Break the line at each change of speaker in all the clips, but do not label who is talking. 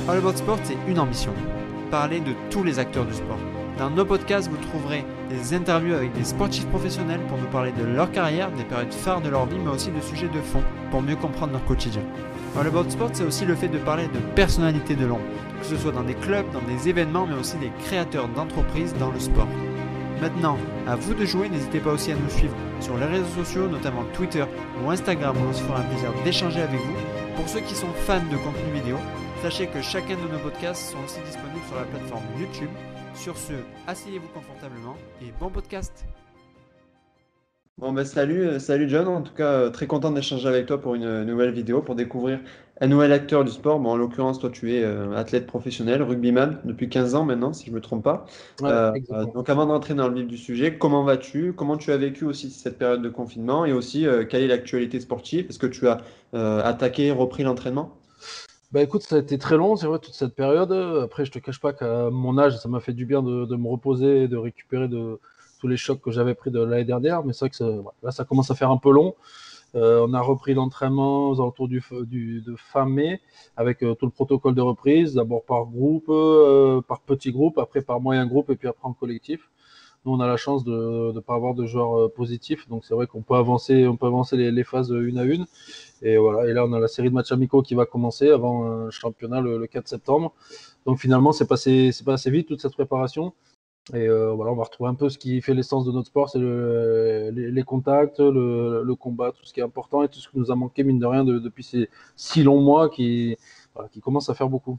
All About Sport, c'est une ambition. Parler de tous les acteurs du sport. Dans nos podcasts, vous trouverez des interviews avec des sportifs professionnels pour nous parler de leur carrière, des périodes phares de leur vie, mais aussi de sujets de fond pour mieux comprendre leur quotidien. All About Sport, c'est aussi le fait de parler de personnalités de l'ombre, que ce soit dans des clubs, dans des événements, mais aussi des créateurs d'entreprises dans le sport. Maintenant, à vous de jouer, n'hésitez pas aussi à nous suivre sur les réseaux sociaux, notamment Twitter ou Instagram, où on se fera un plaisir d'échanger avec vous. Pour ceux qui sont fans de contenu vidéo, sachez que chacun de nos podcasts sont aussi disponibles sur la plateforme YouTube. Sur ce, asseyez-vous confortablement et bon podcast.
Bon salut John, en tout cas très content d'échanger avec toi pour une nouvelle vidéo, pour découvrir un nouvel acteur du sport. Bon, en l'occurrence, toi tu es athlète professionnel, rugbyman depuis 15 ans maintenant, si je ne me trompe pas.
Ouais, exactement.
Donc avant d'entrer dans le vif du sujet, comment vas-tu? Comment tu as vécu aussi cette période de confinement et aussi quelle est l'actualité sportive? Est-ce que tu as attaqué, repris l'entraînement?
Bah écoute, ça a été très long, c'est vrai, toute cette période. Après, je te cache pas qu'à mon âge, ça m'a fait du bien de me reposer et de récupérer de tous les chocs que j'avais pris de l'année dernière. Mais c'est vrai que là, ça commence à faire un peu long. On a repris l'entraînement aux alentours de fin mai avec tout le protocole de reprise, d'abord par groupe, par petit groupe, après par moyen groupe et puis après en collectif. Nous, on a la chance de ne pas avoir de joueurs positifs, donc c'est vrai qu'on peut avancer, les phases une à une. Et voilà. Et là, on a la série de matchs amicaux qui va commencer avant un championnat le 4 septembre. Donc finalement, c'est passé vite toute cette préparation. Et voilà, on va retrouver un peu ce qui fait l'essence de notre sport, c'est les contacts, le combat, tout ce qui est important et tout ce qui nous a manqué, mine de rien, depuis ces 6 longs mois qui commencent à faire beaucoup.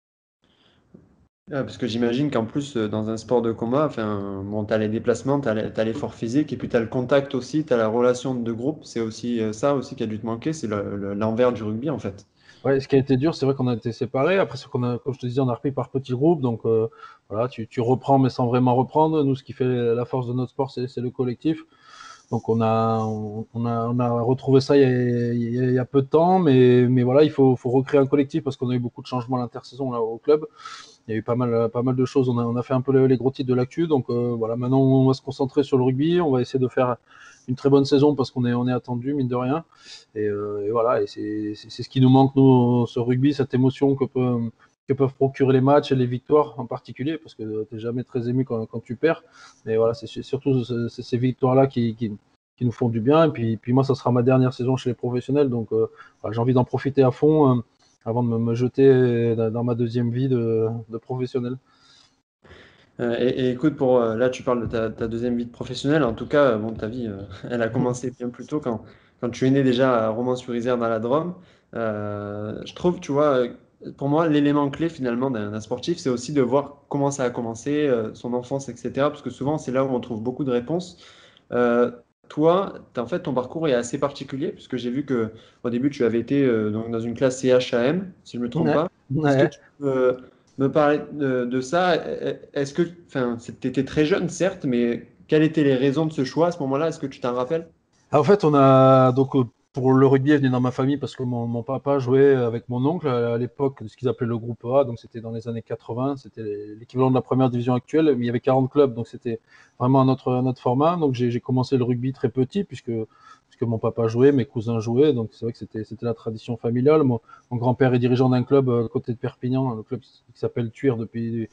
Parce que j'imagine qu'en plus, dans un sport de combat, enfin, bon, tu as les déplacements, tu as l'effort physique, et puis tu as le contact aussi, tu as la relation de groupe. C'est aussi ça aussi qui a dû te manquer, c'est l'envers du rugby en fait.
Ouais, ce qui a été dur, c'est vrai qu'on a été séparés. Après, comme je te disais, on a repris par petits groupes. Donc voilà, tu reprends, mais sans vraiment reprendre. Nous, ce qui fait la force de notre sport, c'est le collectif. Donc on a retrouvé ça il y a peu de temps, mais voilà, il faut recréer un collectif parce qu'on a eu beaucoup de changements à l'intersaison là au club. Il y a eu pas mal de choses. On a fait un peu les gros titres de l'actu. Donc voilà, maintenant on va se concentrer sur le rugby. On va essayer de faire une très bonne saison parce qu'on est attendu, mine de rien. Et voilà, et c'est ce qui nous manque, nous, ce rugby, cette émotion que peuvent procurer les matchs et les victoires en particulier, parce que tu n'es jamais très ému quand tu perds. Mais voilà, c'est surtout ces victoires-là qui nous font du bien. Et puis moi, ça sera ma dernière saison chez les professionnels. Donc voilà, j'ai envie d'en profiter à fond avant de me jeter dans ma deuxième vie de professionnel.
Et écoute, là, tu parles de ta deuxième vie de professionnel. En tout cas, bon, ta vie, elle a commencé bien plus tôt quand tu es né déjà à Romans-sur-Isère dans la Drôme. Je trouve, tu vois, pour moi, l'élément clé finalement d'un sportif, c'est aussi de voir comment ça a commencé, son enfance, etc. Parce que souvent, c'est là où on trouve beaucoup de réponses. Euh, Toi, en fait, ton parcours est assez particulier, puisque j'ai vu que au début, tu avais été donc, dans une classe CHAM, si je ne me trompe
Ouais,
pas. Est-ce que
ouais.
tu peux me parler de ça? Est-ce que, enfin, tu étais très jeune, certes, mais quelles étaient les raisons de ce choix à ce moment-là? Est-ce que tu t'en rappelles?
En fait, on a donc pour le rugby est venu dans ma famille parce que mon papa jouait avec mon oncle à l'époque de ce qu'ils appelaient le groupe A, donc c'était dans les années 80, c'était l'équivalent de la première division actuelle, mais il y avait 40 clubs, donc c'était vraiment un autre format. Donc j'ai commencé le rugby très petit puisque mon papa jouait, mes cousins jouaient, donc c'est vrai que c'était la tradition familiale. Mon grand-père est dirigeant d'un club à côté de Perpignan, un club qui s'appelle Tuir depuis,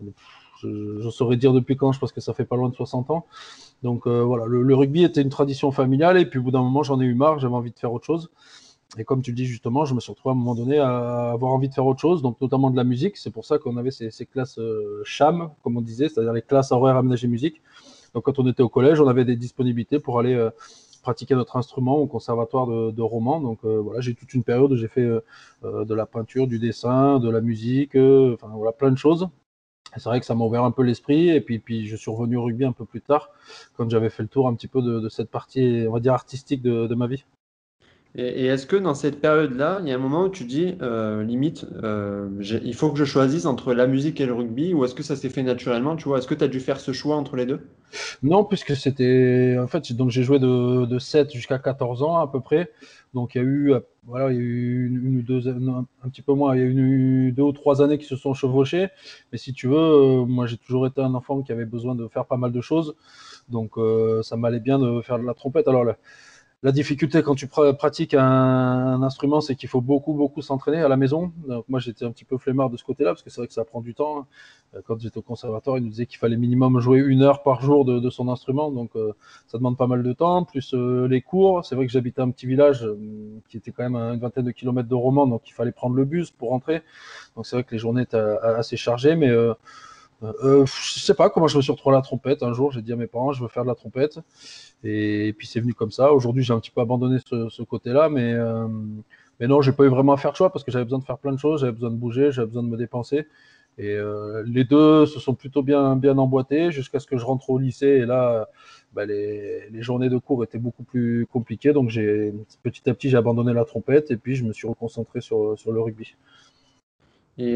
je saurais dire depuis quand, je pense que ça fait pas loin de 60 ans. Donc voilà, le rugby était une tradition familiale et puis au bout d'un moment j'en ai eu marre, j'avais envie de faire autre chose. Et comme tu le dis justement, je me suis retrouvé à un moment donné à avoir envie de faire autre chose, donc notamment de la musique. C'est pour ça qu'on avait ces classes CHAM, comme on disait, c'est-à-dire les classes horaires aménagées musique. Donc quand on était au collège, on avait des disponibilités pour aller pratiquer notre instrument au conservatoire de Romans. Donc voilà, j'ai toute une période où j'ai fait de la peinture, du dessin, de la musique, enfin voilà, plein de choses. C'est vrai que ça m'a ouvert un peu l'esprit et puis je suis revenu au rugby un peu plus tard quand j'avais fait le tour un petit peu de cette partie, on va dire, artistique de ma vie.
Et est-ce que dans cette période-là, il y a un moment où tu dis, limite, il faut que je choisisse entre la musique et le rugby, ou est-ce que ça s'est fait naturellement, tu vois? Est-ce que tu as dû faire ce choix entre les deux?
Non, puisque c'était. En fait, donc j'ai joué de 7 jusqu'à 14 ans à peu près. Donc il y a eu, voilà, il y a eu une ou deux, non, un petit peu moins, il y a eu 2 ou 3 années qui se sont chevauchées. Mais si tu veux, moi j'ai toujours été un enfant qui avait besoin de faire pas mal de choses. Donc ça m'allait bien de faire de la trompette. Alors là, La difficulté quand tu pratiques un instrument, c'est qu'il faut beaucoup s'entraîner à la maison. Donc, moi, j'étais un petit peu flemmard de ce côté-là, parce que c'est vrai que ça prend du temps. Quand j'étais au conservatoire, ils nous disaient qu'il fallait minimum jouer 1 heure par jour de son instrument. Donc, ça demande pas mal de temps. Plus les cours. C'est vrai que j'habitais un petit village qui était quand même à une vingtaine de kilomètres de Romans, donc il fallait prendre le bus pour rentrer. Donc, c'est vrai que les journées étaient assez chargées, mais je sais pas comment je me suis retrouvé à la trompette. Un jour, j'ai dit à mes parents, je veux faire de la trompette. Et puis c'est venu comme ça. Aujourd'hui, j'ai un petit peu abandonné ce côté-là, mais non, j'ai pas eu vraiment à faire de choix parce que j'avais besoin de faire plein de choses, j'avais besoin de bouger, j'avais besoin de me dépenser. Et les deux se sont plutôt bien emboîtés jusqu'à ce que je rentre au lycée. Et là, les journées de cours étaient beaucoup plus compliquées. Donc petit à petit, j'ai abandonné la trompette et puis je me suis reconcentré sur le rugby.
Et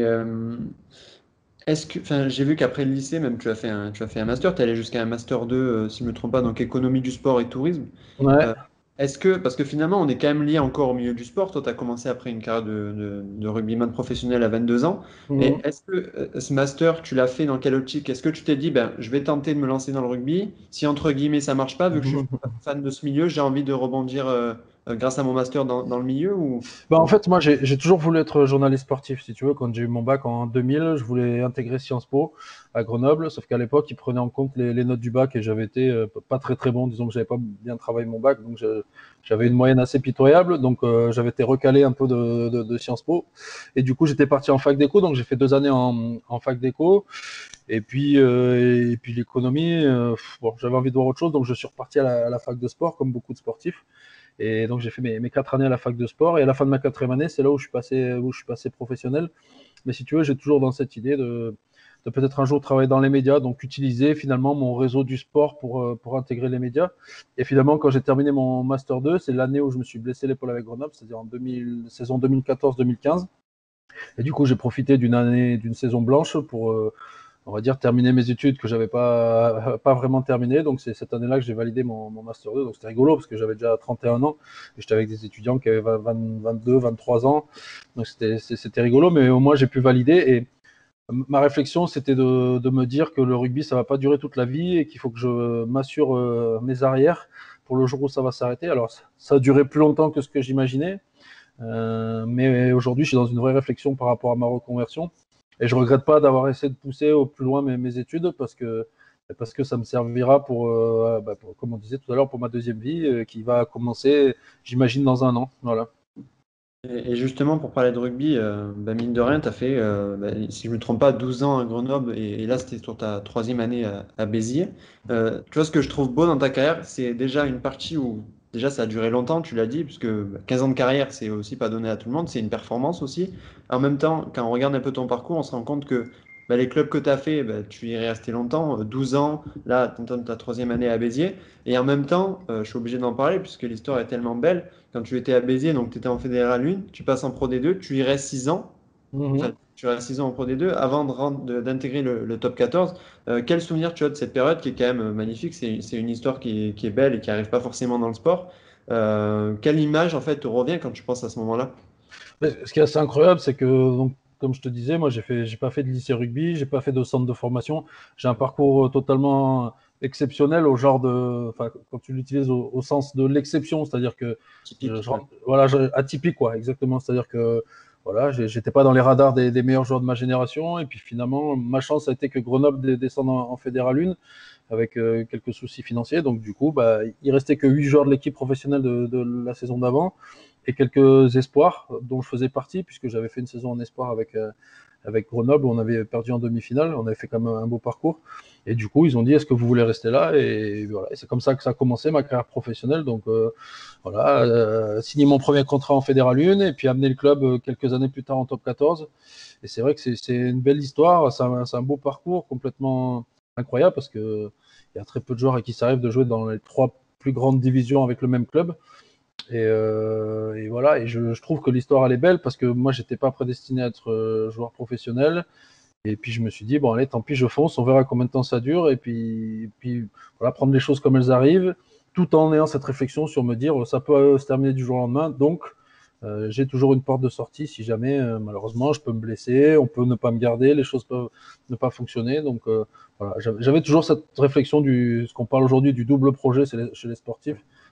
enfin, j'ai vu qu'après le lycée, même tu as fait un master, tu es allé jusqu'à un master 2, si je ne me trompe pas, donc économie du sport et tourisme.
Ouais.
Euh, parce que finalement, on est quand même lié encore au milieu du sport. Toi, tu as commencé après une carrière de rugbyman professionnel à 22 ans. Et
Mhm.
est-ce que ce master, tu l'as fait dans quelle optique? Est-ce que tu t'es dit, ben, je vais tenter de me lancer dans le rugby. Si entre guillemets ça marche pas, vu que je suis fan de ce milieu, j'ai envie de rebondir grâce à mon master dans le milieu
En fait, moi, j'ai toujours voulu être journaliste sportif, si tu veux. Quand j'ai eu mon bac en 2000, je voulais intégrer Sciences Po à Grenoble, sauf qu'à l'époque, ils prenaient en compte les notes du bac et j'avais été pas très bon. Disons que j'avais pas bien travaillé mon bac, donc j'avais une moyenne assez pitoyable. Donc, j'avais été recalé un peu de Sciences Po. Et du coup, j'étais parti en fac d'éco, donc j'ai fait 2 années en fac d'éco. Et puis l'économie, bon, j'avais envie de voir autre chose, donc je suis reparti à la fac de sport, comme beaucoup de sportifs. Et donc j'ai fait mes 4 années à la fac de sport. Et à la fin de ma 4e année, c'est là où je suis passé professionnel. Mais si tu veux, j'ai toujours dans cette idée de peut-être un jour travailler dans les médias, donc utiliser finalement mon réseau du sport pour intégrer les médias. Et finalement, quand j'ai terminé mon Master 2, c'est l'année où je me suis blessé l'épaule avec Grenoble, c'est-à-dire saison 2014-2015. Et du coup, j'ai profité d'une saison blanche pour, on va dire, terminer mes études que j'avais pas vraiment terminées. Donc, c'est cette année-là que j'ai validé mon Master 2. Donc, c'était rigolo parce que j'avais déjà 31 ans et j'étais avec des étudiants qui avaient 22, 23 ans. Donc, c'était rigolo, mais au moins, j'ai pu valider. Et ma réflexion, c'était de me dire que le rugby, ça va pas durer toute la vie et qu'il faut que je m'assure mes arrières pour le jour où ça va s'arrêter. Alors, ça a duré plus longtemps que ce que j'imaginais. Mais aujourd'hui, je suis dans une vraie réflexion par rapport à ma reconversion. Et je regrette pas d'avoir essayé de pousser au plus loin mes études parce que ça me servira comme on disait tout à l'heure, pour ma deuxième vie qui va commencer, j'imagine, dans un an. Voilà.
Et justement, pour parler de rugby, bah, mine de rien, tu as fait, bah, si je ne me trompe pas, 12 ans à Grenoble et là, c'était sur ta troisième année à Béziers. Tu vois, ce que je trouve beau dans ta carrière, c'est déjà une partie où, déjà, ça a duré longtemps, tu l'as dit, puisque bah, 15 ans de carrière, c'est aussi pas donné à tout le monde, c'est une performance aussi. En même temps, quand on regarde un peu ton parcours, on se rend compte que bah, les clubs que tu as fait, bah, tu y es resté longtemps, 12 ans, là, tu entames ta troisième année à Béziers. Et en même temps, je suis obligé d'en parler puisque l'histoire est tellement belle. Quand tu étais à Béziers, donc tu étais en Fédéral 1, tu passes en Pro D2, tu y restes 6 ans. Enfin,
Mhm.
tu restes 6 ans en Pro D2 avant d'intégrer le top 14. Quel souvenir tu as de cette période qui est quand même magnifique? C'est une histoire qui est belle et qui n'arrive pas forcément dans le sport. Quelle image en fait te revient quand tu penses à ce moment-là?
Mais ce qui est assez incroyable, c'est que, donc, comme je te disais, moi, j'ai pas fait de lycée rugby, j'ai pas fait de centre de formation. J'ai un parcours totalement exceptionnel enfin, quand tu l'utilises au sens de l'exception, c'est-à-dire que
Typique. Ouais.
voilà, atypique, quoi, exactement. C'est-à-dire que, voilà, j'étais pas dans les radars des meilleurs joueurs de ma génération. Et puis finalement, ma chance a été que Grenoble descende en Fédéral 1 avec quelques soucis financiers. Donc, du coup, il restait que 8 joueurs de l'équipe professionnelle de la saison d'avant et quelques espoirs dont je faisais partie, puisque j'avais fait une saison en espoir avec Grenoble, où on avait perdu en demi-finale, on avait fait quand même un beau parcours. Et du coup, ils ont dit, est-ce que vous voulez rester là? Et voilà, et c'est comme ça que ça a commencé ma carrière professionnelle. Donc voilà, signer mon premier contrat en Fédéral 1 et puis amener le club quelques années plus tard en top 14. Et c'est vrai que c'est une belle histoire, c'est un beau parcours complètement incroyable parce que il y a très peu de joueurs à qui ça arrive de jouer dans les 3 plus grandes divisions avec le même club. Et voilà, et je trouve que l'histoire elle est belle parce que moi j'étais pas prédestiné à être joueur professionnel. Et puis je me suis dit, bon allez, tant pis, je fonce, on verra combien de temps ça dure. Et puis voilà, prendre les choses comme elles arrivent, tout en ayant cette réflexion sur me dire, ça peut se terminer du jour au lendemain. Donc j'ai toujours une porte de sortie si jamais, malheureusement, je peux me blesser, on peut ne pas me garder, les choses peuvent ne pas fonctionner. Donc voilà, j'avais toujours cette réflexion ce qu'on parle aujourd'hui du double projet chez les sportifs.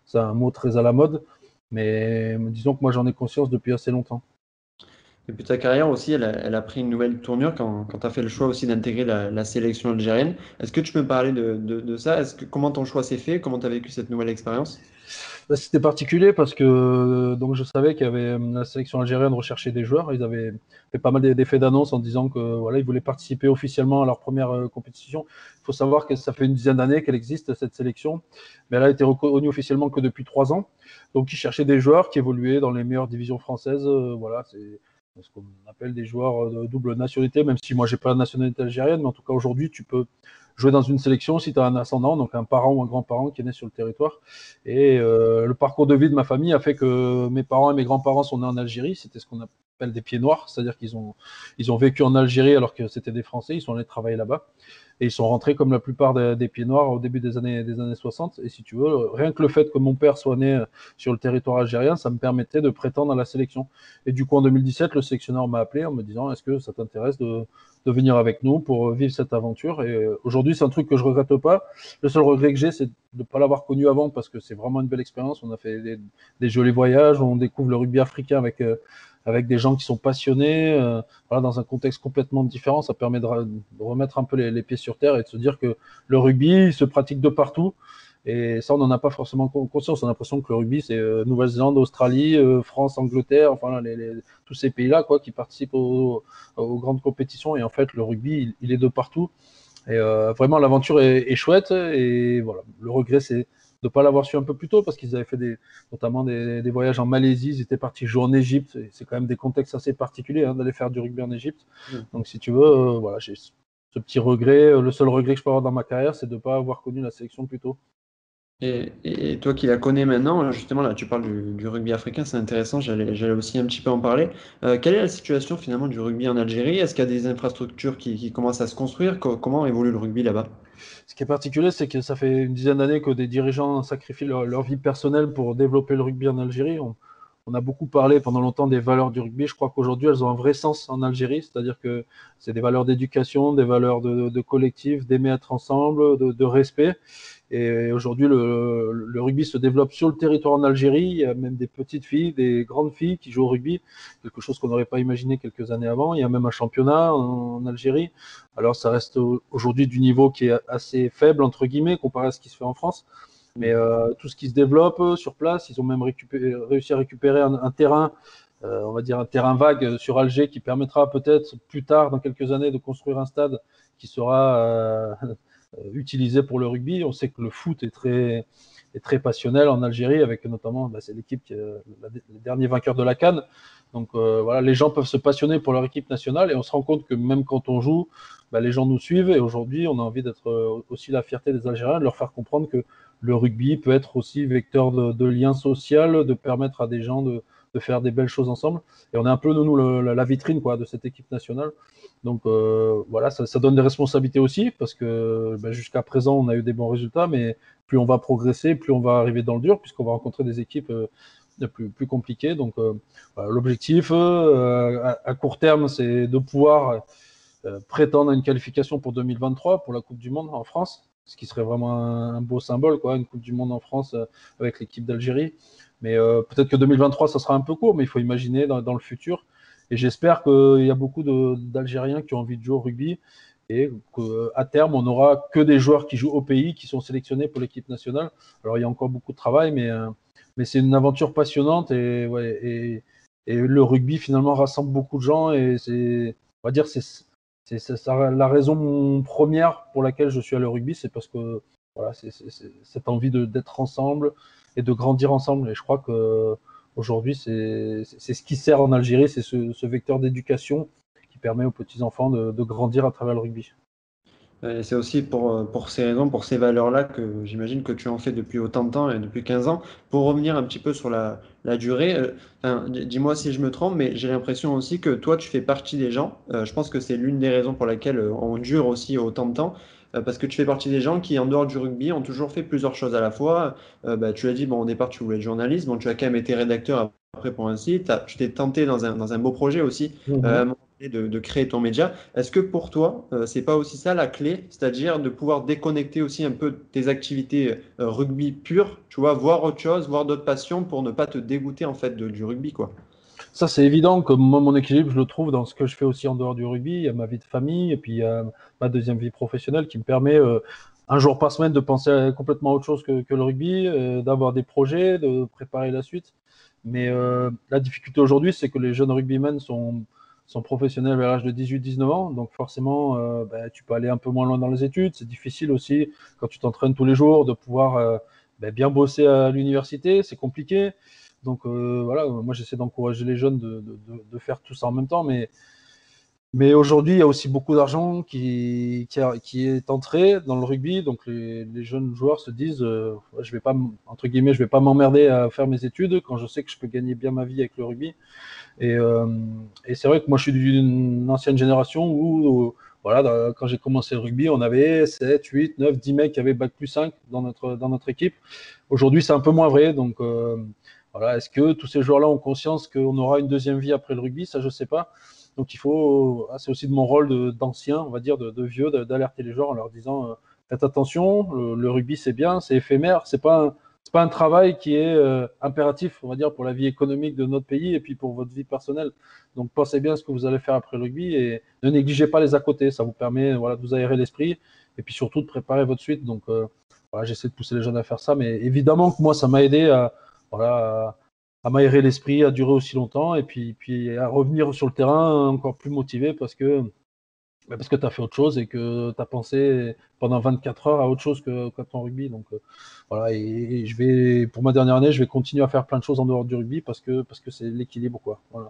c'est un mot très à la mode, mais disons que moi j'en ai conscience depuis assez longtemps.
Et puis ta carrière aussi, elle a pris une nouvelle tournure quand tu as fait le choix aussi d'intégrer la sélection algérienne. Est-ce que tu peux me parler de ça? Comment ton choix s'est fait? Comment tu as vécu cette nouvelle expérience?
Bah, c'était particulier parce que donc je savais qu'il y avait la sélection algérienne recherchait des joueurs. Ils avaient fait pas mal d'effets d'annonce en disant que voilà, ils voulaient participer officiellement à leur première compétition. Il faut savoir que ça fait une dizaine d'années qu'elle existe, cette sélection, mais elle a été reconnue officiellement que depuis 3 ans. Donc ils cherchaient des joueurs qui évoluaient dans les meilleures divisions françaises. Voilà, c'est ce qu'on appelle des joueurs de double nationalité, même si moi j'ai pas la nationalité algérienne, mais en tout cas aujourd'hui tu peux jouer dans une sélection si tu as un ascendant, donc un parent ou un grand-parent qui est né sur le territoire. Et le parcours de vie de ma famille a fait que mes parents et mes grands-parents sont nés en Algérie. C'était ce qu'on appelle des pieds noirs, c'est-à-dire qu'ils ont vécu en Algérie alors que c'était des Français. Ils sont allés travailler là-bas. Et ils sont rentrés comme la plupart des pieds noirs au début des années 60. Et si tu veux, rien que le fait que mon père soit né sur le territoire algérien, ça me permettait de prétendre à la sélection. Et du coup, en 2017, le sélectionneur m'a appelé en me disant: est-ce que ça t'intéresse de venir avec nous pour vivre cette aventure? Et aujourd'hui, c'est un truc que je regrette pas. Le seul regret que j'ai, c'est de ne pas l'avoir connu avant, parce que c'est vraiment une belle expérience. On a fait des jolis voyages, on découvre le rugby africain avec des gens qui sont passionnés, voilà, dans un contexte complètement différent. Ça permet de remettre un peu les pieds sur terre et de se dire que le rugby il se pratique de partout. Et ça, on n'en a pas forcément conscience. On a l'impression que le rugby, c'est Nouvelle-Zélande, Australie, France, Angleterre, enfin tous ces pays-là quoi, qui participent aux grandes compétitions. Et en fait, le rugby, il est de partout. Et vraiment, l'aventure est chouette. Et voilà, le regret, c'est de ne pas l'avoir su un peu plus tôt, parce qu'ils avaient fait notamment des voyages en Malaisie. Ils étaient partis jouer en Égypte. C'est quand même des contextes assez particuliers d'aller faire du rugby en Égypte. Donc, si tu veux, voilà, j'ai ce petit regret. Le seul regret que je peux avoir dans ma carrière, c'est de ne pas avoir connu la sélection plus tôt.
Et toi qui la connais maintenant, justement, là, tu parles du rugby africain, c'est intéressant, j'allais aussi un petit peu en parler. Quelle est la situation finalement du rugby en Algérie? Est-ce qu'il y a des infrastructures qui commencent à se construire? Comment évolue le rugby là-bas?
Ce qui est particulier, c'est que ça fait une dizaine d'années que des dirigeants sacrifient leur vie personnelle pour développer le rugby en Algérie. On a beaucoup parlé pendant longtemps des valeurs du rugby. Je crois qu'aujourd'hui, elles ont un vrai sens en Algérie, c'est-à-dire que c'est des valeurs d'éducation, des valeurs de collectif, d'aimer être ensemble, de respect. Et aujourd'hui, le rugby se développe sur le territoire en Algérie. Il y a même des petites filles, des grandes filles qui jouent au rugby, quelque chose qu'on n'aurait pas imaginé quelques années avant. Il y a même un championnat en Algérie. Alors, ça reste aujourd'hui du niveau qui est assez faible, entre guillemets, comparé à ce qui se fait en France. Mais tout ce qui se développe sur place, ils ont même réussi à récupérer un terrain, on va dire un terrain vague sur Alger, qui permettra peut-être plus tard, dans quelques années, de construire un stade qui sera utilisé pour le rugby. On sait que le foot est très passionnel en Algérie, avec notamment, c'est l'équipe qui est les derniers vainqueurs de la CAN. Donc voilà, les gens peuvent se passionner pour leur équipe nationale, et on se rend compte que même quand on joue, les gens nous suivent. Et aujourd'hui, on a envie d'être aussi la fierté des Algériens, de leur faire comprendre que le rugby peut être aussi vecteur de lien social, de permettre à des gens de faire des belles choses ensemble. Et on est un peu, nous, la vitrine quoi, de cette équipe nationale. Donc voilà, ça donne des responsabilités aussi, parce que jusqu'à présent, on a eu des bons résultats, mais plus on va progresser, plus on va arriver dans le dur, puisqu'on va rencontrer des équipes plus compliquées. Donc voilà, l'objectif à court terme, c'est de pouvoir prétendre à une qualification pour 2023 pour la Coupe du Monde en France, ce qui serait vraiment un beau symbole, quoi, une Coupe du Monde en France avec l'équipe d'Algérie. Mais peut-être que 2023, ça sera un peu court, mais il faut imaginer dans le futur. Et j'espère qu'il y a beaucoup d'Algériens qui ont envie de jouer au rugby, et qu'à terme, on n'aura que des joueurs qui jouent au pays, qui sont sélectionnés pour l'équipe nationale. Alors, il y a encore beaucoup de travail, mais c'est une aventure passionnante. Et, ouais, et le rugby, finalement, rassemble beaucoup de gens. Et on va dire, c'est la raison première pour laquelle je suis allé au rugby, c'est parce que voilà, c'est cette envie d'être ensemble et de grandir ensemble. Et je crois que aujourd'hui, c'est ce qui sert en Algérie, c'est ce vecteur d'éducation qui permet aux petits-enfants de grandir à travers le rugby.
Et c'est aussi pour ces raisons, pour ces valeurs-là, que j'imagine que tu en fais depuis autant de temps et depuis 15 ans. Pour revenir un petit peu sur la durée, dis-moi si je me trompe, mais j'ai l'impression aussi que toi, tu fais partie des gens. Je pense que c'est l'une des raisons pour laquelle on dure aussi autant de temps. Parce que tu fais partie des gens qui, en dehors du rugby, ont toujours fait plusieurs choses à la fois. Tu l'as dit, bon, au départ, tu voulais être journaliste. Bon, tu as quand même été rédacteur après pour un site. Tu t'es tenté dans un beau projet aussi. À un moment de créer ton média. Est-ce que pour toi, c'est pas aussi ça la clé, c'est-à-dire de pouvoir déconnecter aussi un peu de tes activités rugby pures, tu vois, voir autre chose, voir d'autres passions pour ne pas te dégoûter en fait du rugby, quoi.
Ça, c'est évident que moi, mon équilibre, je le trouve dans ce que je fais aussi en dehors du rugby. Il y a ma vie de famille et puis il y a ma deuxième vie professionnelle qui me permet un jour par semaine de penser complètement à autre chose que le rugby, d'avoir des projets, de préparer la suite. Mais la difficulté aujourd'hui, c'est que les jeunes rugbymen sont professionnels vers l'âge de 18-19 ans. Donc forcément, tu peux aller un peu moins loin dans les études. C'est difficile aussi, quand tu t'entraînes tous les jours, de pouvoir bien bosser à l'université. C'est compliqué. Donc voilà, moi j'essaie d'encourager les jeunes de faire tout ça en même temps, mais aujourd'hui il y a aussi beaucoup d'argent qui est entré dans le rugby, donc les jeunes joueurs se disent je vais pas entre guillemets je vais pas m'emmerder à faire mes études quand je sais que je peux gagner bien ma vie avec le rugby. Et, euh, et c'est vrai que moi je suis d'une ancienne génération où voilà, quand j'ai commencé le rugby, on avait 7, 8, 9, 10 mecs qui avaient bac+5 dans notre équipe. Aujourd'hui, c'est un peu moins vrai. Donc, voilà, est-ce que tous ces joueurs-là ont conscience qu'on aura une deuxième vie après le rugby? Ça, je ne sais pas. Donc, c'est aussi de mon rôle d'ancien, on va dire, de vieux, d'alerter les joueurs en leur disant faites attention, le rugby, c'est bien, c'est éphémère, c'est pas un travail qui est impératif, on va dire, pour la vie économique de notre pays et puis pour votre vie personnelle. Donc, pensez bien à ce que vous allez faire après le rugby et ne négligez pas les à côté. Ça vous permet voilà, de vous aérer l'esprit et puis surtout de préparer votre suite. Donc, voilà, j'essaie de pousser les jeunes à faire ça, mais évidemment que moi, ça m'a aidé voilà, à m'aérer l'esprit, à durer aussi longtemps et puis à revenir sur le terrain encore plus motivé parce que tu as fait autre chose et que tu as pensé pendant 24 heures à autre chose que ton rugby. Donc voilà, et pour ma dernière année, je vais continuer à faire plein de choses en dehors du rugby parce que c'est l'équilibre, quoi. Voilà.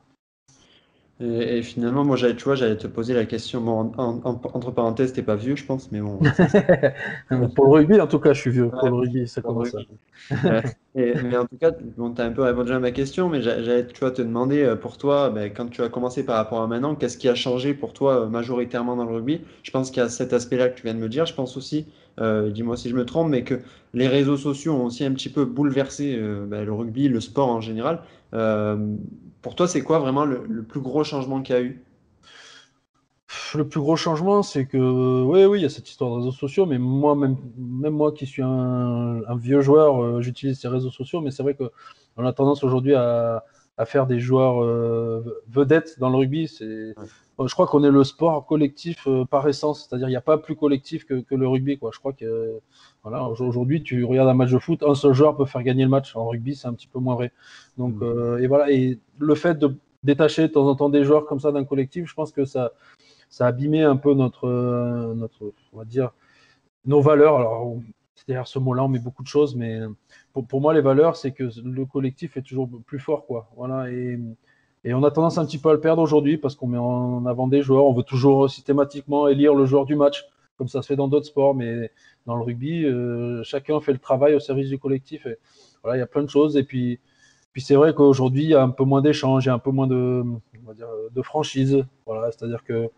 Et finalement, moi, tu vois, j'allais te poser la question. Bon, entre parenthèses, t'es pas vieux, je pense, mais bon,
Pour le rugby, en tout cas, je suis vieux. Pour
ouais,
le rugby, ça
pour le
commence à.
rugby. Euh, mais en tout cas, bon, tu as un peu répondu à ma question, mais j'allais, tu vois, te demander pour toi, ben, quand tu as commencé par rapport à maintenant, qu'est-ce qui a changé pour toi majoritairement dans le rugby? Je pense qu'il y a cet aspect-là que tu viens de me dire. Je pense aussi, dis-moi si je me trompe, mais que les réseaux sociaux ont aussi un petit peu bouleversé ben, le rugby, le sport en général. Euh, pour toi, c'est quoi vraiment le plus gros changement qu'il y a eu?
Le plus gros changement, c'est que, oui, il y a cette histoire de réseaux sociaux, mais moi, même moi qui suis un vieux joueur, j'utilise ces réseaux sociaux, mais c'est vrai qu'on a tendance aujourd'hui à faire des joueurs vedettes dans le rugby. Je crois qu'on est le sport collectif par essence, c'est-à-dire il n'y a pas plus collectif que le rugby, quoi. Je crois que, voilà, aujourd'hui, tu regardes un match de foot, un seul joueur peut faire gagner le match. En rugby, c'est un petit peu moins vrai. Donc, et voilà, et le fait de détacher de temps en temps des joueurs comme ça d'un collectif, je pense que ça a abîmé un peu on va dire, nos valeurs. Alors, c'est derrière ce mot-là, on met beaucoup de choses, mais pour moi, les valeurs, c'est que le collectif est toujours plus fort, quoi. Voilà, et on a tendance un petit peu à le perdre aujourd'hui parce qu'on met en avant des joueurs. On veut toujours systématiquement élire le joueur du match, comme ça se fait dans d'autres sports, mais dans le rugby, chacun fait le travail au service du collectif. Et voilà, il y a plein de choses. Et puis c'est vrai qu'aujourd'hui, il y a un peu moins d'échanges, il y a un peu moins on va dire, de franchise. Voilà, c'est-à-dire que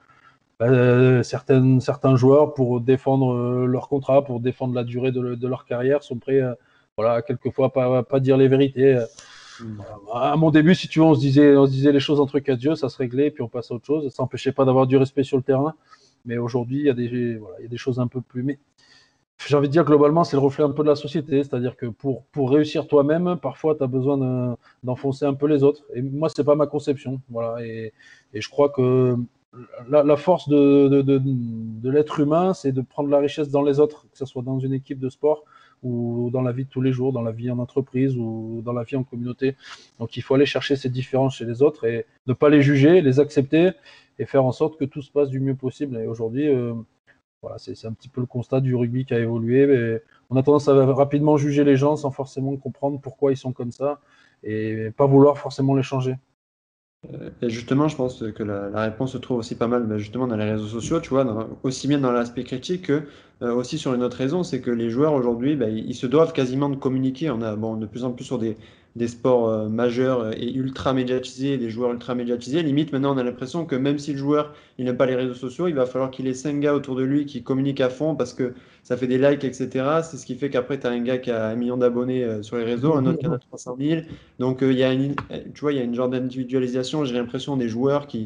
certains joueurs, pour défendre leur contrat, pour défendre la durée de leur carrière, sont prêts, voilà, quelquefois pas dire les vérités.
Hmm.
À mon début, si tu veux, on se disait les choses entre quatre yeux, ça se réglait, et puis on passe à autre chose. Ça n'empêchait pas d'avoir du respect sur le terrain. Mais aujourd'hui, il y a des choses un peu plus. Mais j'ai envie de dire, globalement, c'est le reflet un peu de la société. C'est-à-dire que pour réussir toi-même, parfois, tu as besoin d'enfoncer un peu les autres. Et moi, c'est pas ma conception. Voilà. Et je crois que la force de l'être humain, c'est de prendre la richesse dans les autres, que ce soit dans une équipe de sport ou dans la vie de tous les jours, dans la vie en entreprise ou dans la vie en communauté. Donc il faut aller chercher ces différences chez les autres et ne pas les juger, les accepter et faire en sorte que tout se passe du mieux possible. Et aujourd'hui, voilà, c'est un petit peu le constat du rugby qui a évolué. Mais on a tendance à rapidement juger les gens sans forcément comprendre pourquoi ils sont comme ça et pas vouloir forcément les changer.
Et justement, je pense que la réponse se trouve aussi pas mal justement dans les réseaux sociaux, tu vois, aussi bien dans l'aspect critique que aussi sur une autre raison, c'est que les joueurs aujourd'hui, ils se doivent quasiment de communiquer. On a bon, de plus en plus sur des sports majeurs et ultra médiatisés, des joueurs ultra médiatisés. Limite, maintenant, on a l'impression que même si le joueur il n'aime pas les réseaux sociaux, il va falloir qu'il ait 5 gars autour de lui qui communiquent à fond parce que ça fait des likes, etc. C'est ce qui fait qu'après, tu as un gars qui a 1 million d'abonnés sur les réseaux, un autre qui en a 300 000. Donc, tu vois, il y a une genre d'individualisation, j'ai l'impression, des joueurs qui,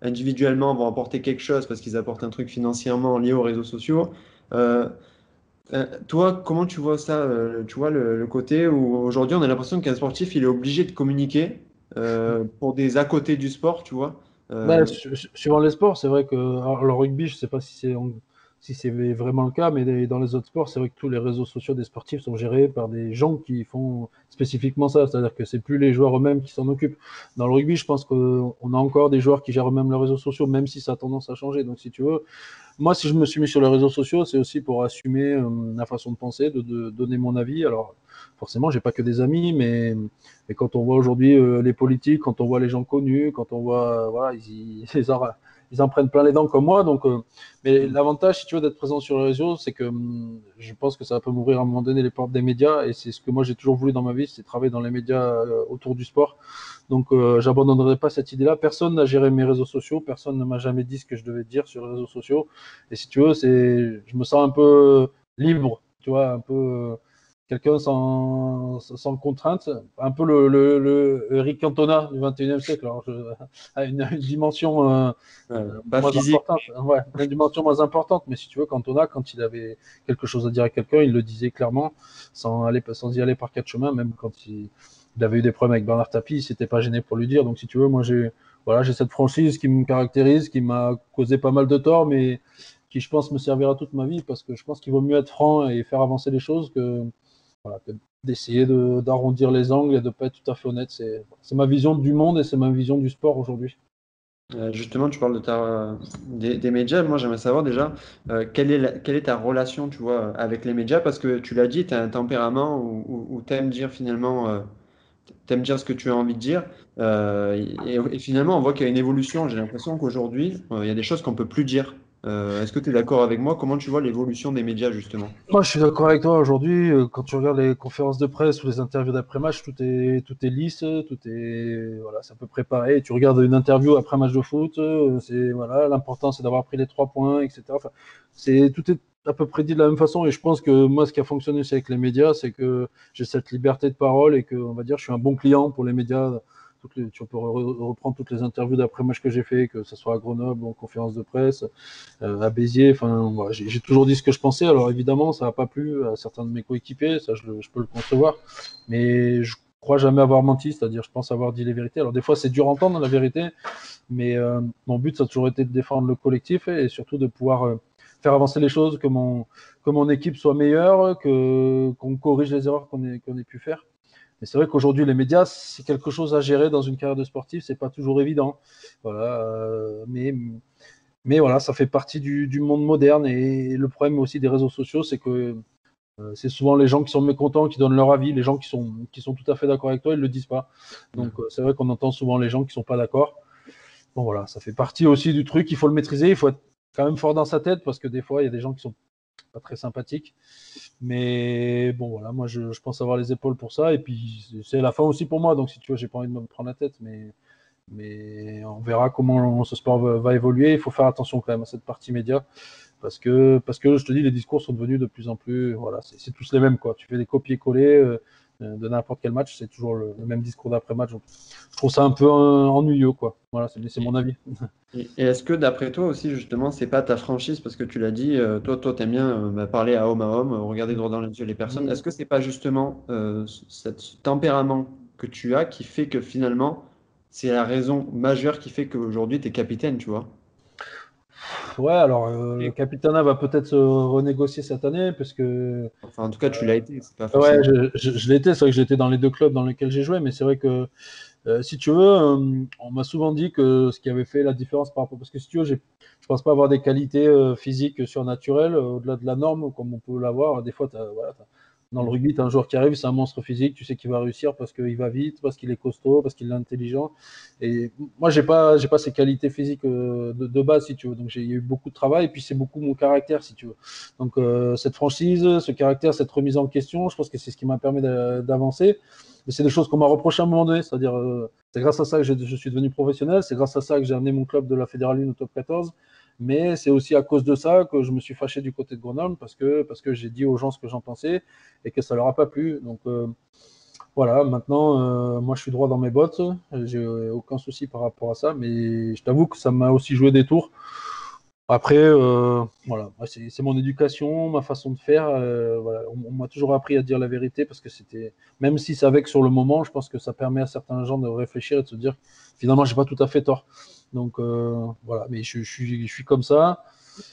individuellement vont apporter quelque chose parce qu'ils apportent un truc financièrement lié aux réseaux sociaux. Euh, Toi, comment tu vois ça? Tu vois le côté où aujourd'hui on a l'impression qu'un sportif il est obligé de communiquer pour des à côté du sport, tu vois.
Bah,
Euh,
suivant les sports, c'est vrai que alors, le rugby, je sais pas si c'est vraiment le cas, mais dans les autres sports, c'est vrai que tous les réseaux sociaux des sportifs sont gérés par des gens qui font spécifiquement ça, c'est-à-dire que c'est plus les joueurs eux-mêmes qui s'en occupent. Dans le rugby, je pense qu'on a encore des joueurs qui gèrent eux-mêmes les réseaux sociaux, même si ça a tendance à changer. Donc, si tu veux, moi, si je me suis mis sur les réseaux sociaux, c'est aussi pour assumer ma façon de penser, de donner mon avis. Alors, forcément, j'ai pas que des amis, mais quand on voit aujourd'hui les politiques, quand on voit les gens connus, quand on voit, voilà, ils en prennent plein les dents comme moi. Donc, mais l'avantage, si tu veux, d'être présent sur les réseaux, c'est que je pense que ça peut m'ouvrir à un moment donné les portes des médias. Et c'est ce que moi j'ai toujours voulu dans ma vie, c'est travailler dans les médias autour du sport. Donc, j'abandonnerai pas cette idée-là. Personne n'a géré mes réseaux sociaux. Personne ne m'a jamais dit ce que je devais dire sur les réseaux sociaux. Et si tu veux, je me sens un peu libre, tu vois, un peu quelqu'un sans contrainte, un peu le Eric Cantona du 21e siècle. Alors, à une dimension
Pas
moins
physique.
importante, ouais, une dimension moins importante. Mais si tu veux, Cantona, quand il avait quelque chose à dire à quelqu'un, il le disait clairement, sans y aller par quatre chemins, même quand il avait eu des problèmes avec Bernard Tapie, il s'était pas gêné pour lui dire. Donc, si tu veux, moi, j'ai cette franchise qui me caractérise, qui m'a causé pas mal de tort, mais qui, je pense, me servira toute ma vie parce que je pense qu'il vaut mieux être franc et faire avancer les choses que d'essayer d'arrondir les angles et de pas être tout à fait honnête. C'est ma vision du monde et c'est ma vision du sport aujourd'hui.
Justement, tu parles des médias. Moi, j'aimerais savoir déjà quelle est ta relation, tu vois, avec les médias, parce que tu l'as dit, tu as un tempérament où tu aimes dire finalement, t'aimes dire ce que tu as envie de dire. Et finalement, on voit qu'il y a une évolution. J'ai l'impression qu'aujourd'hui, il y a des choses qu'on peut plus dire. Est-ce que tu es d'accord avec moi? Comment tu vois l'évolution des médias, justement?
Moi, je suis d'accord avec toi. Aujourd'hui, quand tu regardes les conférences de presse ou les interviews d'après-match, tout est lisse, voilà, c'est un peu préparé. Tu regardes une interview après un match de foot, voilà, l'important c'est d'avoir pris les 3 points, etc. Enfin, tout est à peu près dit de la même façon. Et je pense que moi, ce qui a fonctionné aussi avec les médias, c'est que j'ai cette liberté de parole et que, on va dire, je suis un bon client pour les médias. Tu peux reprendre toutes les interviews d'après-match que j'ai fait, que ce soit à Grenoble ou en conférence de presse à Béziers. Enfin, voilà, j'ai toujours dit ce que je pensais. Alors évidemment, ça n'a pas plu à certains de mes coéquipiers, ça je peux le concevoir. Mais je crois jamais avoir menti, c'est-à-dire je pense avoir dit les vérités. Alors des fois, c'est dur à entendre la vérité, mais mon but, ça a toujours été de défendre le collectif et surtout de pouvoir faire avancer les choses, que mon équipe soit meilleure, qu'on corrige les erreurs qu'on ait pu faire. Mais c'est vrai qu'aujourd'hui, les médias, c'est quelque chose à gérer dans une carrière de sportif, c'est pas toujours évident. Voilà, mais voilà, ça fait partie du monde moderne. Et le problème aussi des réseaux sociaux, c'est que c'est souvent les gens qui sont mécontents qui donnent leur avis. Les gens qui sont tout à fait d'accord avec toi, ils ne le disent pas. Donc c'est vrai qu'on entend souvent les gens qui ne sont pas d'accord. Bon voilà, ça fait partie aussi du truc. Il faut le maîtriser. Il faut être quand même fort dans sa tête parce que des fois, il y a des gens qui sont pas très sympathiques. Mais bon voilà, moi je pense avoir les épaules pour ça. Et puis c'est la fin aussi pour moi. Donc si tu veux, j'ai pas envie de me prendre la tête. Mais on verra comment ce sport va évoluer. Il faut faire attention quand même à cette partie média parce que je te dis, les discours sont devenus de plus en plus, voilà, c'est tous les mêmes quoi. Tu fais des copier-coller de n'importe quel match, c'est toujours le même discours d'après-match. Donc, je trouve ça un peu ennuyeux quoi. Voilà, c'est mon avis.
Et est-ce que d'après toi aussi, justement, c'est pas ta franchise, parce que tu l'as dit, toi, t'aimes bien parler à homme, regarder droit dans les yeux les personnes. Est-ce que c'est pas justement ce tempérament que tu as qui fait que finalement, c'est la raison majeure qui fait qu'aujourd'hui, tu es capitaine, tu vois?
Ouais, alors le
Et-
Capitana va peut-être se renégocier cette année parce que
Enfin, en tout cas, tu l'as été, c'est pas
ouais,
forcément.
je l'étais, c'est vrai que j'étais dans les deux clubs dans lesquels j'ai joué, mais c'est vrai que si tu veux, on m'a souvent dit que ce qui avait fait la différence par rapport, parce que si tu veux, je pense pas avoir des qualités physiques surnaturelles au-delà de la norme, comme on peut l'avoir. Des fois, voilà, dans le rugby, tu as un joueur qui arrive, c'est un monstre physique, tu sais qu'il va réussir parce qu'il va vite, parce qu'il est costaud, parce qu'il est intelligent. Et moi, j'ai pas ces qualités physiques de base, si tu veux. Donc, il y a eu beaucoup de travail, et puis c'est beaucoup mon caractère, si tu veux. Donc, cette franchise, ce caractère, cette remise en question, je pense que c'est ce qui m'a permis d'avancer. Mais c'est des choses qu'on m'a reproché à un moment donné, c'est-à-dire c'est grâce à ça que je suis devenu professionnel, c'est grâce à ça que j'ai amené mon club de la Fédérale 1 au top 14, mais c'est aussi à cause de ça que je me suis fâché du côté de Grenoble parce que j'ai dit aux gens ce que j'en pensais et que ça leur a pas plu. Donc Voilà, maintenant, moi je suis droit dans mes bottes, j'ai aucun souci par rapport à ça, mais je t'avoue que ça m'a aussi joué des tours. Après, voilà, moi, c'est mon éducation, ma façon de faire. Voilà. On m'a toujours appris à dire la vérité parce que c'était, même si c'est avec sur le moment, je pense que ça permet à certains gens de réfléchir et de se dire finalement, j'ai pas tout à fait tort. Donc voilà, mais je suis comme ça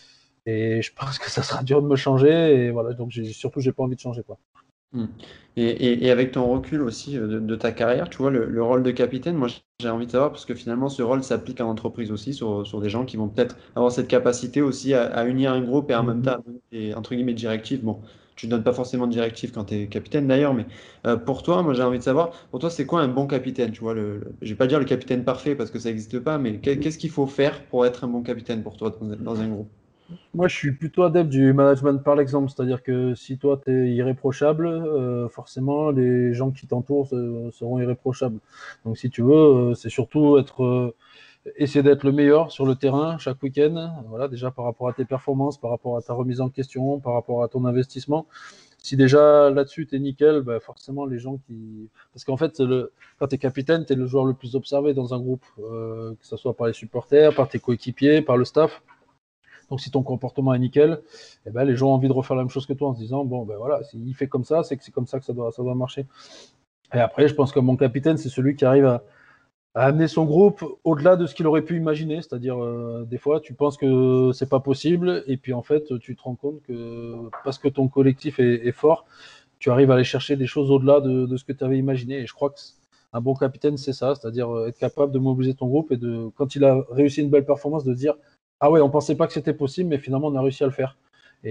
et je pense que ça sera dur de me changer et voilà, donc surtout, j'ai pas envie de changer quoi.
Hmm. Et avec ton recul aussi de ta carrière, tu vois, le rôle de capitaine, moi j'ai envie de savoir, parce que finalement ce rôle s'applique en entreprise aussi, sur des gens qui vont peut-être avoir cette capacité aussi à unir un groupe et en même temps à donner des, entre guillemets, directives. Bon, tu ne donnes pas forcément de directives quand tu es capitaine d'ailleurs, mais pour toi, moi j'ai envie de savoir, pour toi c'est quoi un bon capitaine? Tu vois, je vais pas dire le capitaine parfait parce que ça n'existe pas, mais qu'est-ce qu'il faut faire pour être un bon capitaine pour toi dans un groupe?
Moi, je suis plutôt adepte du management par l'exemple, c'est-à-dire que si toi, tu es irréprochable, forcément, les gens qui t'entourent seront irréprochables. Donc, si tu veux, c'est surtout essayer d'être le meilleur sur le terrain chaque week-end, voilà, déjà par rapport à tes performances, par rapport à ta remise en question, par rapport à ton investissement. Si déjà là-dessus, tu es nickel, bah forcément, les gens qui. Parce qu'en fait, quand tu es capitaine, tu es le joueur le plus observé dans un groupe, que ce soit par les supporters, par tes coéquipiers, par le staff. Donc si ton comportement est nickel, eh ben, les gens ont envie de refaire la même chose que toi en se disant bon ben voilà, s'il fait comme ça, c'est que c'est comme ça que ça doit marcher. Et après, je pense que mon capitaine, c'est celui qui arrive à amener son groupe au-delà de ce qu'il aurait pu imaginer. C'est-à-dire, des fois, tu penses que c'est pas possible, et puis en fait, tu te rends compte que parce que ton collectif est fort, tu arrives à aller chercher des choses au-delà de ce que tu avais imaginé. Et je crois que un bon capitaine, c'est ça, c'est-à-dire être capable de mobiliser ton groupe et de, quand il a réussi une belle performance, de dire ah ouais, on pensait pas que c'était possible, mais finalement on a réussi à le faire.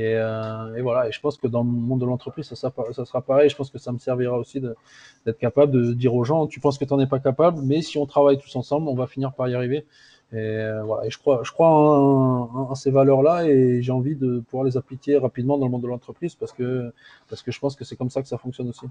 Et voilà, et je pense que dans le monde de l'entreprise, ça sera pareil. Je pense que ça me servira aussi d'être capable de dire aux gens, tu penses que tu n'en es pas capable, mais si on travaille tous ensemble, on va finir par y arriver. Et voilà, et je crois en ces valeurs-là et j'ai envie de pouvoir les appliquer rapidement dans le monde de l'entreprise parce que je pense que c'est comme ça que ça fonctionne aussi.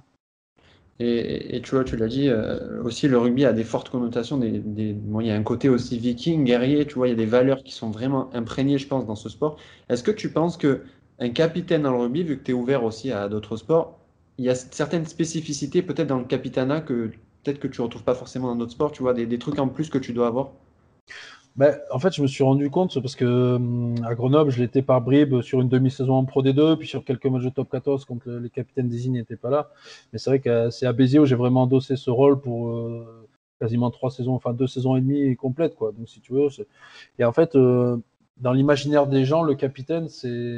Et tu vois, tu l'as dit, aussi le rugby a des fortes connotations, bon, il y a un côté aussi viking, guerrier, tu vois, il y a des valeurs qui sont vraiment imprégnées, je pense, dans ce sport. Est-ce que tu penses que un capitaine dans le rugby, vu que tu es ouvert aussi à d'autres sports, il y a certaines spécificités peut-être dans le capitanat que peut-être que tu retrouves pas forcément dans d'autres sports, tu vois, des trucs en plus que tu dois avoir?
Ben, en fait, je me suis rendu compte parce que à Grenoble, je l'étais par bribes sur une demi-saison en Pro D2, puis sur quelques matchs de Top 14 quand les capitaines désignés n'étaient pas là. Mais c'est vrai que c'est à Béziers où j'ai vraiment endossé ce rôle pour quasiment 3 saisons, enfin 2 saisons et demie complètes, quoi. Donc, si tu veux, et en fait, dans l'imaginaire des gens, le capitaine,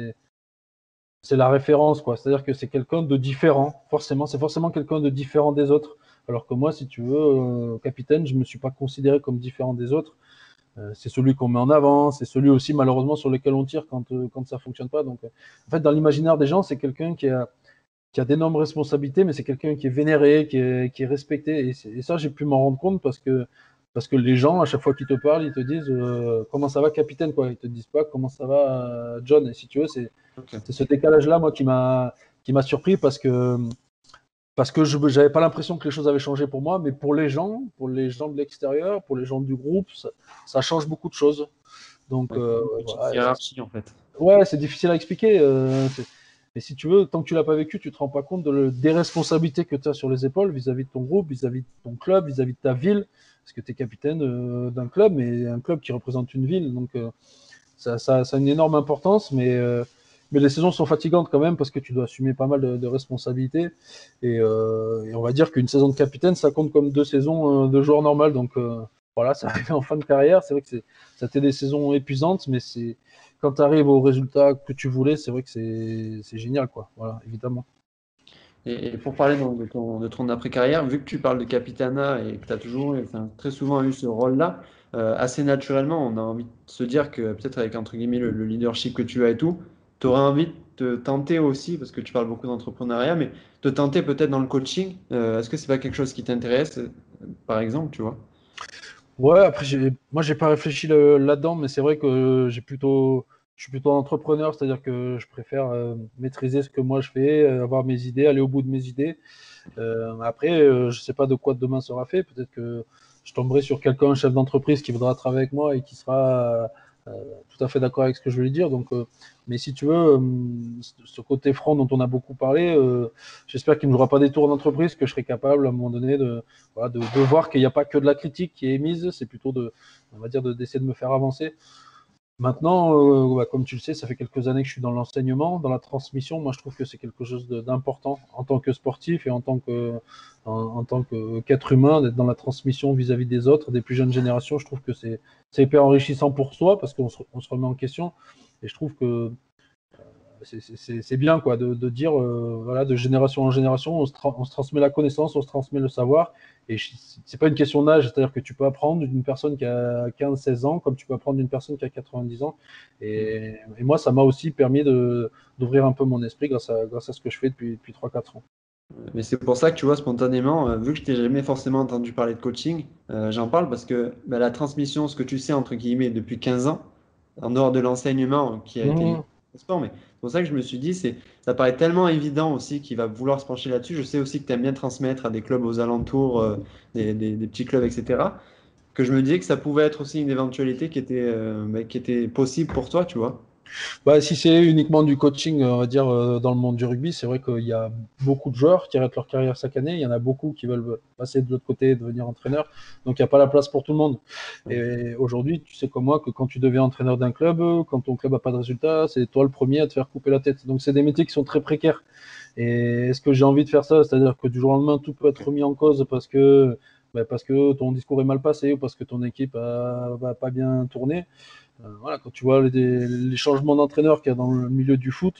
c'est la référence, quoi. C'est-à-dire que c'est quelqu'un de différent, forcément. C'est forcément quelqu'un de différent des autres. Alors que moi, si tu veux, capitaine, je me suis pas considéré comme différent des autres. C'est celui qu'on met en avant, c'est celui aussi malheureusement sur lequel on tire quand ça fonctionne pas. Donc, en fait, dans l'imaginaire des gens, c'est quelqu'un qui a d'énormes responsabilités, mais c'est quelqu'un qui est vénéré, qui est respecté. Et ça, j'ai pu m'en rendre compte parce que les gens, à chaque fois qu'ils te parlent, ils te disent comment ça va, capitaine, quoi. Ils te disent pas comment ça va, John. Et si tu veux,
Ok.
c'est ce décalage-là, moi, qui m'a surpris parce que je n'avais pas l'impression que les choses avaient changé pour moi, mais pour les gens de l'extérieur, pour les gens du groupe, ça change beaucoup de choses. Donc,
Ouais, une petite
voilà.
hiérarchie en fait.
Ouais, c'est difficile à expliquer. Mais si tu veux, tant que tu l'as pas vécu, tu te rends pas compte des responsabilités que tu as sur les épaules vis-à-vis de ton groupe, vis-à-vis de ton club, vis-à-vis de ta ville. Parce que tu es capitaine d'un club, mais un club qui représente une ville. Donc, ça a une énorme importance, mais les saisons sont fatigantes quand même parce que tu dois assumer pas mal de responsabilités. Et on va dire qu'une saison de capitaine, ça compte comme 2 saisons de joueur normal. Donc voilà, ça arrive en fin de carrière. C'est vrai que ça a été des saisons épuisantes, mais quand tu arrives au résultat que tu voulais, c'est vrai que c'est génial, quoi. Voilà, évidemment.
Et pour parler donc de ton après-carrière, vu que tu parles de capitanat et que tu as toujours, enfin, très souvent eu ce rôle-là, assez naturellement, on a envie de se dire que peut-être avec entre guillemets le leadership que tu as et tout, tu aurais envie de te tenter aussi, parce que tu parles beaucoup d'entrepreneuriat, mais te tenter peut-être dans le coaching. Est-ce que c'est pas quelque chose qui t'intéresse, par exemple, tu vois?
Ouais, après, moi, j'ai pas réfléchi là-dedans, mais c'est vrai que je suis plutôt entrepreneur, c'est-à-dire que je préfère maîtriser ce que moi je fais, avoir mes idées, aller au bout de mes idées. Après, je sais pas de quoi demain sera fait. Peut-être que je tomberai sur quelqu'un, un chef d'entreprise, qui voudra travailler avec moi et qui sera tout à fait d'accord avec ce que je voulais dire. Donc, mais si tu veux, ce côté franc dont on a beaucoup parlé, j'espère qu'il ne jouera pas des tours d'entreprise, que je serai capable à un moment donné de voir qu'il n'y a pas que de la critique qui est émise, c'est plutôt d'essayer de me faire avancer. Maintenant, comme tu le sais, ça fait quelques années que je suis dans l'enseignement, dans la transmission. Moi, je trouve que c'est quelque chose d'important en tant que sportif et en tant qu'être humain, d'être dans la transmission vis-à-vis des autres, des plus jeunes générations. Je trouve que c'est hyper enrichissant pour soi parce qu'on se remet en question. Et je trouve que c'est bien quoi, de dire, de génération en génération, on se transmet la connaissance, on se transmet le savoir. Et c'est pas une question d'âge, c'est-à-dire que tu peux apprendre d'une personne qui a 15-16 ans comme tu peux apprendre d'une personne qui a 90 ans. Et moi, ça m'a aussi permis d'ouvrir un peu mon esprit grâce à ce que je fais depuis 3-4 ans.
Mais c'est pour ça que tu vois, spontanément, vu que je t'ai jamais forcément entendu parler de coaching, j'en parle parce que la transmission, ce que tu sais, entre guillemets, depuis 15 ans, en dehors de l'enseignement qui a été lié au sport, mais c'est pour ça que je me suis dit, ça paraît tellement évident aussi qu'il va vouloir se pencher là-dessus. Je sais aussi que tu aimes bien transmettre à des clubs aux alentours, des petits clubs, etc., que je me disais que ça pouvait être aussi une éventualité qui était possible pour toi, tu vois.
Si c'est uniquement du coaching, on va dire, dans le monde du rugby, c'est vrai qu'il y a beaucoup de joueurs qui arrêtent leur carrière chaque année. Il y en a beaucoup qui veulent passer de l'autre côté et devenir entraîneur. Donc, il n'y a pas la place pour tout le monde. Et aujourd'hui, tu sais comme moi que quand tu deviens entraîneur d'un club, quand ton club n'a pas de résultat, c'est toi le premier à te faire couper la tête. Donc, c'est des métiers qui sont très précaires. Et est-ce que j'ai envie de faire ça? C'est-à-dire que du jour au lendemain, tout peut être remis en cause parce que ton discours est mal passé ou parce que ton équipe va pas bien tourner. Quand tu vois les changements d'entraîneur qu'il y a dans le milieu du foot,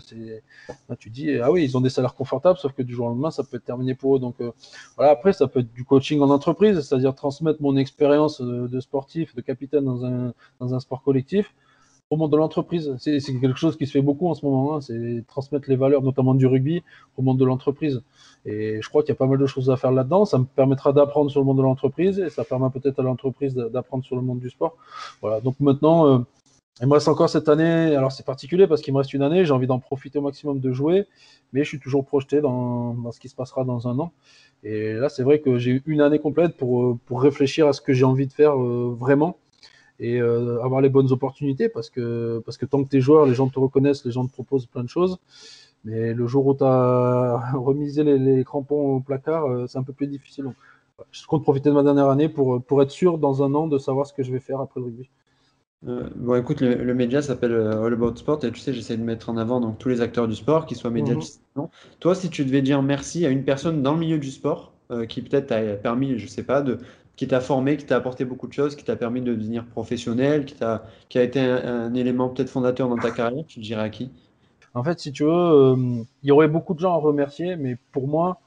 tu dis, ah oui, ils ont des salaires confortables, sauf que du jour au lendemain, ça peut être terminé pour eux. Donc après, ça peut être du coaching en entreprise, c'est-à-dire transmettre mon expérience de sportif, de capitaine dans un sport collectif au monde de l'entreprise. C'est quelque chose qui se fait beaucoup en ce moment, c'est transmettre les valeurs, notamment du rugby, au monde de l'entreprise. Et je crois qu'il y a pas mal de choses à faire là-dedans. Ça me permettra d'apprendre sur le monde de l'entreprise et ça permet peut-être à l'entreprise d'apprendre sur le monde du sport. Voilà. Donc maintenant, il me reste encore cette année. Alors c'est particulier parce qu'il me reste une année. J'ai envie d'en profiter au maximum de jouer, mais je suis toujours projeté dans ce qui se passera dans un an. Et là, c'est vrai que j'ai eu une année complète pour réfléchir à ce que j'ai envie de faire vraiment et avoir les bonnes opportunités parce que tant que tu es joueur, les gens te reconnaissent, les gens te proposent plein de choses. Mais le jour où tu as remisé les crampons au placard, c'est un peu plus difficile. Donc, je compte profiter de ma dernière année pour être sûr dans un an de savoir ce que je vais faire après le rugby.
Bon, écoute, le média s'appelle All About Sport et tu sais, j'essaie de mettre en avant donc, tous les acteurs du sport, qu'ils soient médiatisés. Toi, si tu devais dire merci à une personne dans le milieu du sport qui peut-être t'a permis, je sais pas, qui t'a formé, qui t'a apporté beaucoup de choses, qui t'a permis de devenir professionnel, qui a été un élément peut-être fondateur dans ta carrière, tu dirais à qui?
En fait, si tu veux, il y aurait beaucoup de gens à remercier, mais pour moi,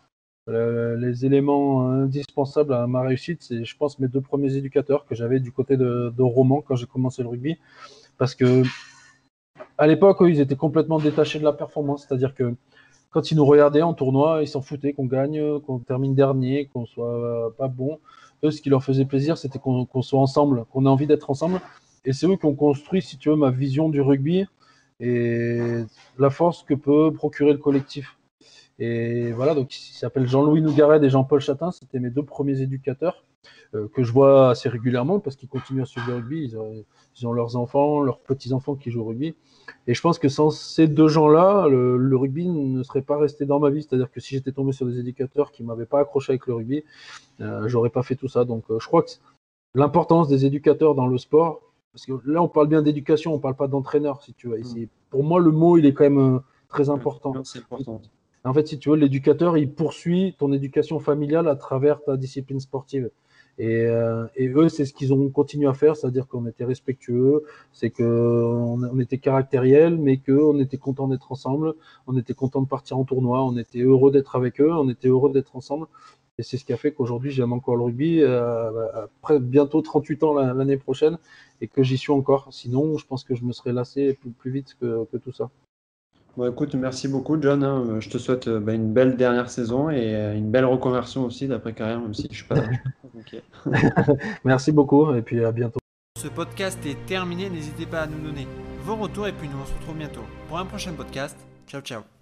les éléments indispensables à ma réussite, c'est, je pense, mes 2 premiers éducateurs que j'avais du côté de Romans quand j'ai commencé le rugby. Parce que à l'époque, eux, ils étaient complètement détachés de la performance. C'est-à-dire que quand ils nous regardaient en tournoi, ils s'en foutaient qu'on gagne, qu'on termine dernier, qu'on soit pas bon. Eux, ce qui leur faisait plaisir, c'était qu'on soit ensemble, qu'on ait envie d'être ensemble. Et c'est eux qui ont construit, si tu veux, ma vision du rugby et la force que peut procurer le collectif. Et voilà, donc ils s'appellent Jean-Louis Nougaret et Jean-Paul Chatin, c'était mes 2 premiers éducateurs que je vois assez régulièrement parce qu'ils continuent à suivre le rugby, ils ont leurs enfants, leurs petits-enfants qui jouent au rugby. Et je pense que sans ces 2 gens-là, le rugby ne serait pas resté dans ma vie. C'est-à-dire que si j'étais tombé sur des éducateurs qui ne m'avaient pas accroché avec le rugby, j'aurais pas fait tout ça. Donc je crois que l'importance des éducateurs dans le sport, parce que là on parle bien d'éducation, on parle pas d'entraîneur, si tu veux. Ici, pour moi, le mot il est quand même très important.
C'est important.
En fait, si tu veux, l'éducateur, il poursuit ton éducation familiale à travers ta discipline sportive. Et eux, c'est ce qu'ils ont continué à faire, c'est-à-dire qu'on était respectueux, c'est qu'on était caractériel, mais qu'on était content d'être ensemble, on était content de partir en tournoi, on était heureux d'être avec eux, on était heureux d'être ensemble. Et c'est ce qui a fait qu'aujourd'hui, j'aime encore le rugby, après bientôt 38 ans l'année prochaine, et que j'y suis encore. Sinon, je pense que je me serais lassé plus vite que tout ça.
Bon, écoute, merci beaucoup, John, hein. Je te souhaite une belle dernière saison et une belle reconversion aussi d'après-carrière, même si je suis pas OK.
Merci beaucoup, et puis à bientôt.
Ce podcast est terminé, n'hésitez pas à nous donner vos retours et puis nous on se retrouve bientôt pour un prochain podcast. Ciao ciao.